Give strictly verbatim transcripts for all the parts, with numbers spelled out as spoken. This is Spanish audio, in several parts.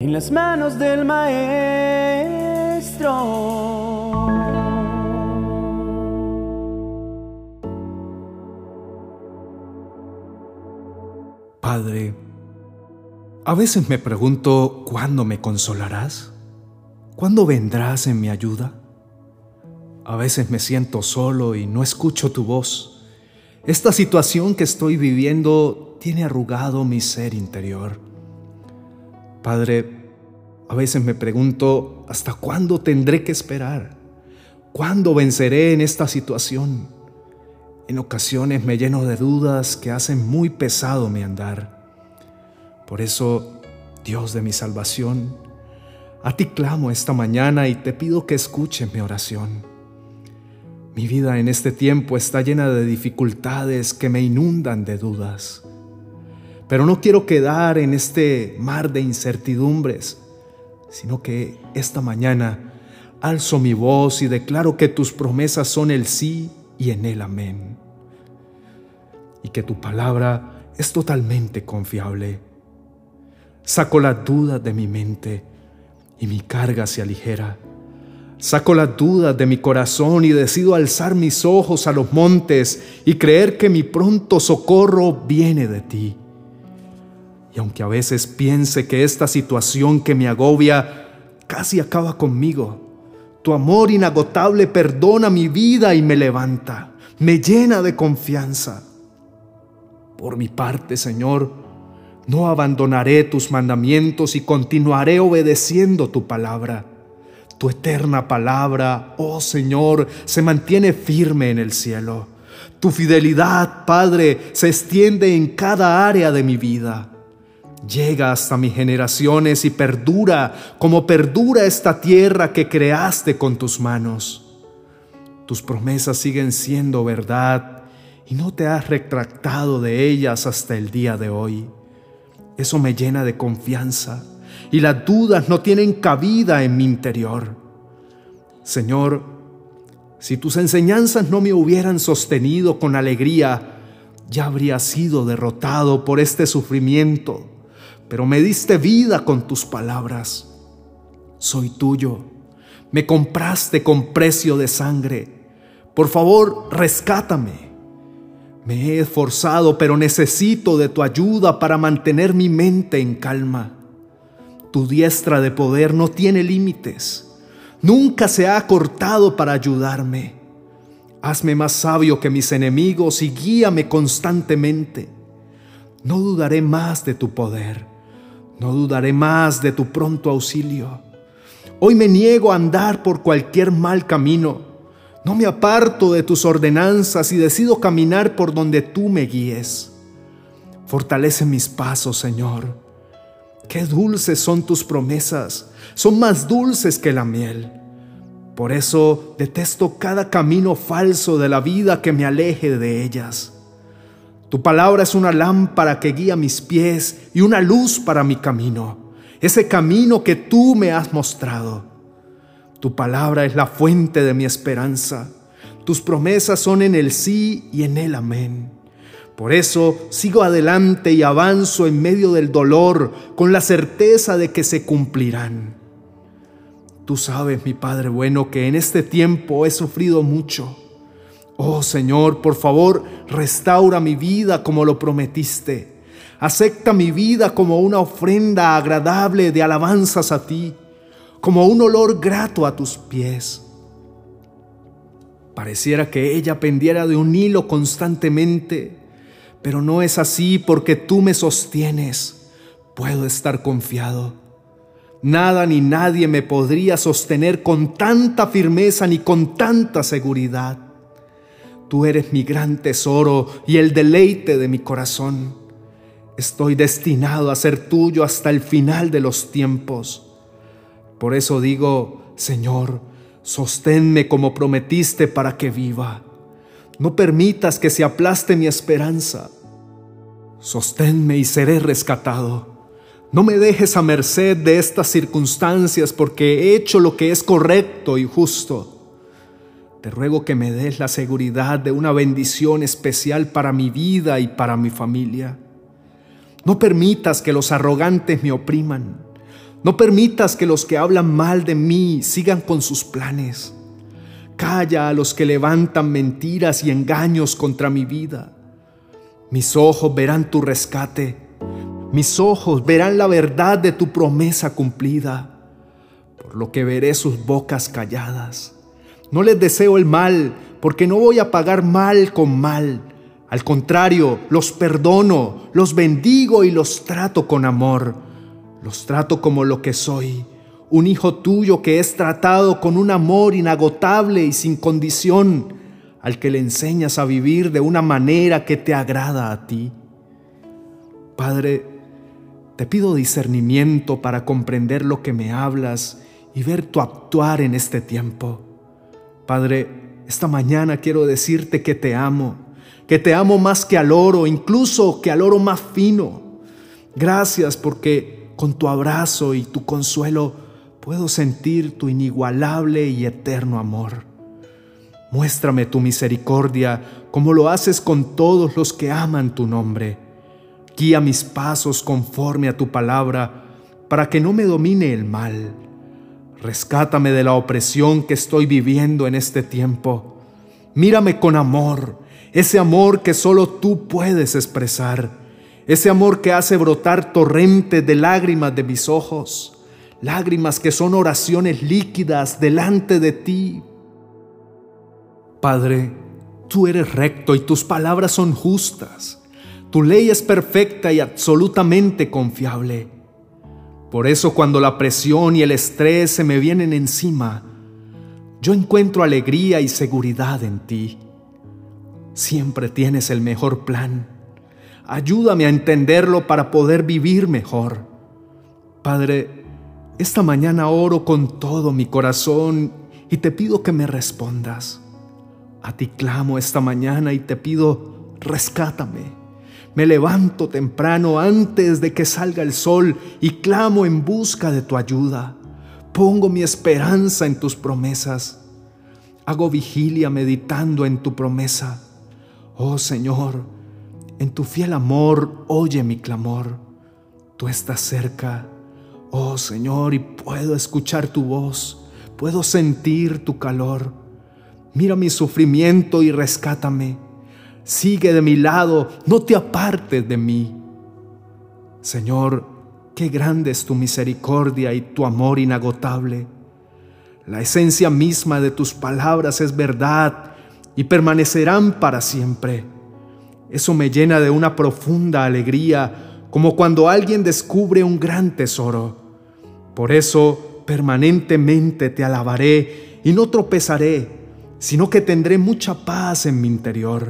en las manos del Maestro. Padre, a veces me pregunto, ¿cuándo me consolarás? ¿Cuándo vendrás en mi ayuda? A veces me siento solo y no escucho tu voz. Esta situación que estoy viviendo tiene arrugado mi ser interior. Padre, a veces me pregunto, ¿hasta cuándo tendré que esperar? ¿Cuándo venceré en esta situación? En ocasiones me lleno de dudas que hacen muy pesado mi andar. Por eso, Dios de mi salvación, a ti clamo esta mañana y te pido que escuches mi oración. Mi vida en este tiempo está llena de dificultades que me inundan de dudas. Pero no quiero quedar en este mar de incertidumbres, sino que esta mañana alzo mi voz y declaro que tus promesas son el sí y en el amén. Y que tu palabra es totalmente confiable. Saco las dudas de mi mente y mi carga se aligera. Saco las dudas de mi corazón y decido alzar mis ojos a los montes y creer que mi pronto socorro viene de ti. Y aunque a veces piense que esta situación que me agobia casi acaba conmigo, tu amor inagotable perdona mi vida y me levanta, me llena de confianza. Por mi parte, Señor, no abandonaré tus mandamientos y continuaré obedeciendo tu palabra. Tu eterna palabra, oh Señor, se mantiene firme en el cielo. Tu fidelidad, Padre, se extiende en cada área de mi vida. Llega hasta mis generaciones y perdura como perdura esta tierra que creaste con tus manos. Tus promesas siguen siendo verdad y no te has retractado de ellas hasta el día de hoy. Eso me llena de confianza y las dudas no tienen cabida en mi interior. Señor, si tus enseñanzas no me hubieran sostenido con alegría, ya habría sido derrotado por este sufrimiento, pero me diste vida con tus palabras. Soy tuyo, me compraste con precio de sangre. Por favor, rescátame. Me he esforzado, pero necesito de tu ayuda para mantener mi mente en calma. Tu diestra de poder no tiene límites. Nunca se ha cortado para ayudarme. Hazme más sabio que mis enemigos y guíame constantemente. No dudaré más de tu poder. No dudaré más de tu pronto auxilio. Hoy me niego a andar por cualquier mal camino. No me aparto de tus ordenanzas y decido caminar por donde tú me guíes. Fortalece mis pasos, Señor. Qué dulces son tus promesas, son más dulces que la miel. Por eso detesto cada camino falso de la vida que me aleje de ellas. Tu palabra es una lámpara que guía mis pies y una luz para mi camino, ese camino que tú me has mostrado. Tu palabra es la fuente de mi esperanza. Tus promesas son en el sí y en el amén. Por eso sigo adelante y avanzo en medio del dolor con la certeza de que se cumplirán. Tú sabes, mi Padre bueno, que en este tiempo he sufrido mucho. Oh Señor, por favor, restaura mi vida como lo prometiste. Acepta mi vida como una ofrenda agradable de alabanzas a ti, como un olor grato a tus pies. Pareciera que ella pendiera de un hilo constantemente, pero no es así porque tú me sostienes. Puedo estar confiado. Nada ni nadie me podría sostener con tanta firmeza ni con tanta seguridad. Tú eres mi gran tesoro y el deleite de mi corazón. Estoy destinado a ser tuyo hasta el final de los tiempos. Por eso digo, Señor, sosténme como prometiste para que viva. No permitas que se aplaste mi esperanza. Sosténme y seré rescatado. No me dejes a merced de estas circunstancias porque he hecho lo que es correcto y justo. Te ruego que me des la seguridad de una bendición especial para mi vida y para mi familia. No permitas que los arrogantes me opriman. No permitas que los que hablan mal de mí sigan con sus planes. Calla a los que levantan mentiras y engaños contra mi vida. Mis ojos verán tu rescate. Mis ojos verán la verdad de tu promesa cumplida. Por lo que veré sus bocas calladas. No les deseo el mal, porque no voy a pagar mal con mal. Al contrario, los perdono, los bendigo y los trato con amor. Los trato como lo que soy, un hijo tuyo que es tratado con un amor inagotable y sin condición, al que le enseñas a vivir de una manera que te agrada a ti. Padre, te pido discernimiento para comprender lo que me hablas y ver tu actuar en este tiempo. Padre, esta mañana quiero decirte que te amo, que te amo más que al oro, incluso que al oro más fino. Gracias porque con tu abrazo y tu consuelo puedo sentir tu inigualable y eterno amor. Muéstrame tu misericordia como lo haces con todos los que aman tu nombre. Guía mis pasos conforme a tu palabra para que no me domine el mal. Rescátame de la opresión que estoy viviendo en este tiempo. Mírame con amor, ese amor que solo tú puedes expresar. Ese amor que hace brotar torrentes de lágrimas de mis ojos, lágrimas que son oraciones líquidas delante de ti. Padre, tú eres recto y tus palabras son justas. Tu ley es perfecta y absolutamente confiable. Por eso cuando la presión y el estrés se me vienen encima, yo encuentro alegría y seguridad en ti. Siempre tienes el mejor plan. Ayúdame a entenderlo para poder vivir mejor. Padre, esta mañana oro con todo mi corazón y te pido que me respondas. A ti clamo esta mañana y te pido, rescátame. Me levanto temprano antes de que salga el sol y clamo en busca de tu ayuda. Pongo mi esperanza en tus promesas. Hago vigilia meditando en tu promesa. Oh Señor, en tu fiel amor, oye mi clamor. Tú estás cerca, oh Señor, y puedo escuchar tu voz, puedo sentir tu calor. Mira mi sufrimiento y rescátame. Sigue de mi lado, no te apartes de mí. Señor, qué grande es tu misericordia y tu amor inagotable. La esencia misma de tus palabras es verdad y permanecerán para siempre. Eso me llena de una profunda alegría, como cuando alguien descubre un gran tesoro. Por eso permanentemente te alabaré y no tropezaré, sino que tendré mucha paz en mi interior.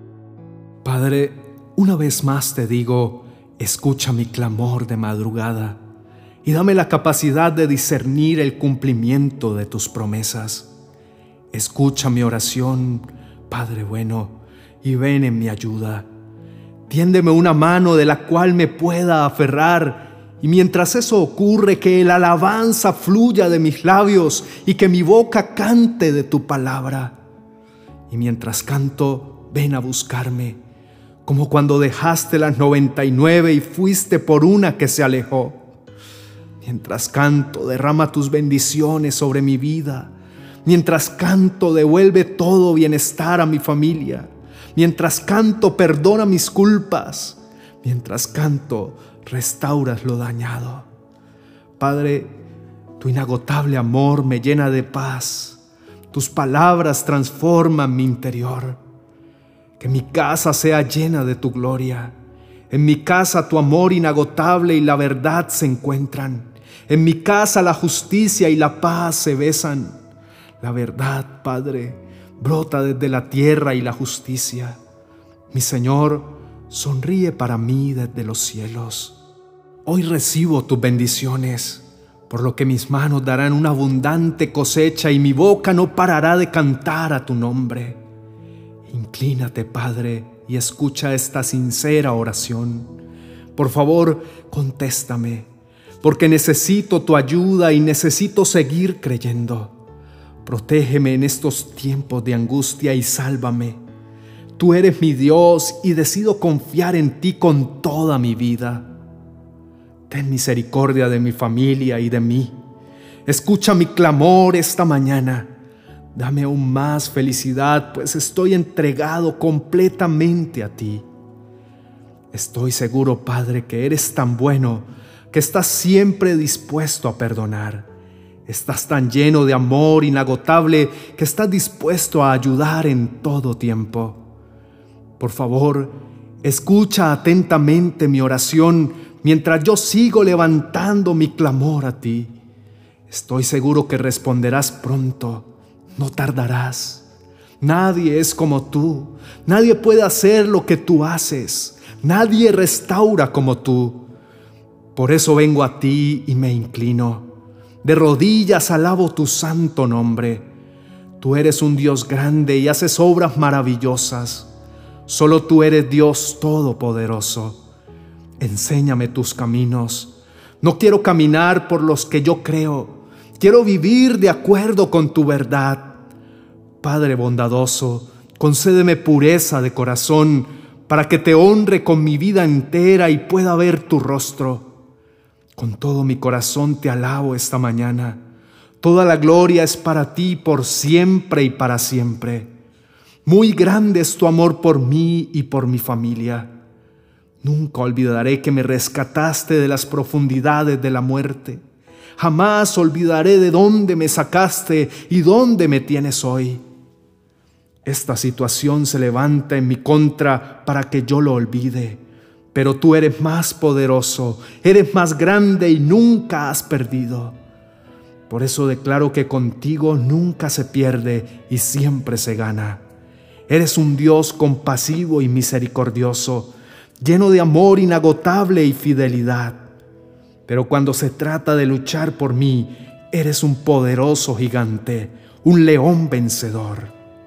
Padre, una vez más te digo, escucha mi clamor de madrugada y dame la capacidad de discernir el cumplimiento de tus promesas. Escucha mi oración, Padre bueno, y ven en mi ayuda. Tiéndeme una mano de la cual me pueda aferrar, y mientras eso ocurre, que la alabanza fluya de mis labios y que mi boca cante de tu palabra. Y mientras canto, ven a buscarme, como cuando dejaste las noventa y nueve y fuiste por una que se alejó. Mientras canto, derrama tus bendiciones sobre mi vida. Mientras canto, devuelve todo bienestar a mi familia. Mientras canto, perdona mis culpas. Mientras canto, restauras lo dañado. Padre, tu inagotable amor me llena de paz. Tus palabras transforman mi interior. Que mi casa sea llena de tu gloria. En mi casa tu amor inagotable y la verdad se encuentran. En mi casa la justicia y la paz se besan. La verdad, Padre, brota desde la tierra y la justicia. Mi Señor, sonríe para mí desde los cielos. Hoy recibo tus bendiciones, por lo que mis manos darán una abundante cosecha y mi boca no parará de cantar a tu nombre. Inclínate, Padre, y escucha esta sincera oración. Por favor, contéstame, porque necesito tu ayuda y necesito seguir creyendo. Protégeme en estos tiempos de angustia y sálvame. Tú eres mi Dios y decido confiar en ti con toda mi vida. ten misericordia de mi familia y de mí. Escucha mi clamor esta mañana. Dame aún más felicidad, pues estoy entregado completamente a ti. Estoy seguro, Padre, que eres tan bueno, que estás siempre dispuesto a perdonar. Estás tan lleno de amor inagotable que estás dispuesto a ayudar en todo tiempo. Por favor, escucha atentamente mi oración mientras yo sigo levantando mi clamor a ti. Estoy seguro que responderás pronto, no tardarás. Nadie es como tú, nadie puede hacer lo que tú haces, nadie restaura como tú. Por eso vengo a ti y me inclino. De rodillas alabo tu santo nombre. Tú eres un Dios grande y haces obras maravillosas. Solo tú eres Dios todopoderoso. Enséñame tus caminos. No quiero caminar por los que yo creo. Quiero vivir de acuerdo con tu verdad. Padre bondadoso, concédeme pureza de corazón para que te honre con mi vida entera y pueda ver tu rostro. Con todo mi corazón te alabo esta mañana. Toda la gloria es para ti por siempre y para siempre. Muy grande es tu amor por mí y por mi familia. Nunca olvidaré que me rescataste de las profundidades de la muerte. Jamás olvidaré de dónde me sacaste y dónde me tienes hoy. Esta situación se levanta en mi contra para que yo lo olvide. Pero tú eres más poderoso, eres más grande y nunca has perdido. Por eso declaro que contigo nunca se pierde y siempre se gana. Eres un Dios compasivo y misericordioso, lleno de amor inagotable y fidelidad. Pero cuando se trata de luchar por mí, eres un poderoso gigante, un león vencedor.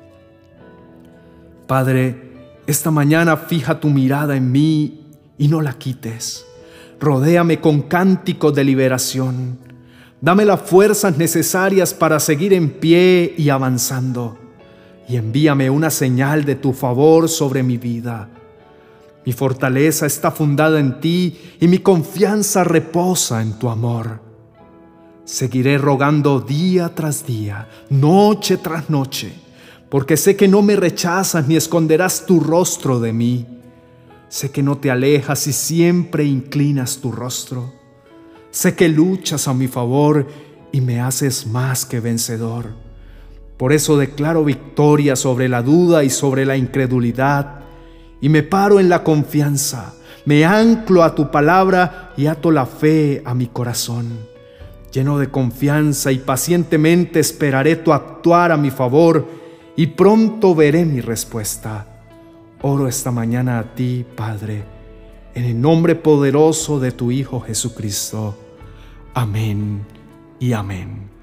Padre, esta mañana fija tu mirada en mí y no la quites. Rodéame con cánticos de liberación. Dame las fuerzas necesarias para seguir en pie y avanzando. Y envíame una señal de tu favor sobre mi vida. Mi fortaleza está fundada en ti y mi confianza reposa en tu amor. Seguiré rogando día tras día, noche tras noche, porque sé que no me rechazas ni esconderás tu rostro de mí. Sé que no te alejas y siempre inclinas tu rostro. Sé que luchas a mi favor y me haces más que vencedor. Por eso declaro victoria sobre la duda y sobre la incredulidad, y me paro en la confianza, me anclo a tu palabra y ato la fe a mi corazón. Lleno de confianza y pacientemente esperaré tu actuar a mi favor, y pronto veré mi respuesta. Oro esta mañana a ti, Padre, en el nombre poderoso de tu Hijo Jesucristo. Amén y amén.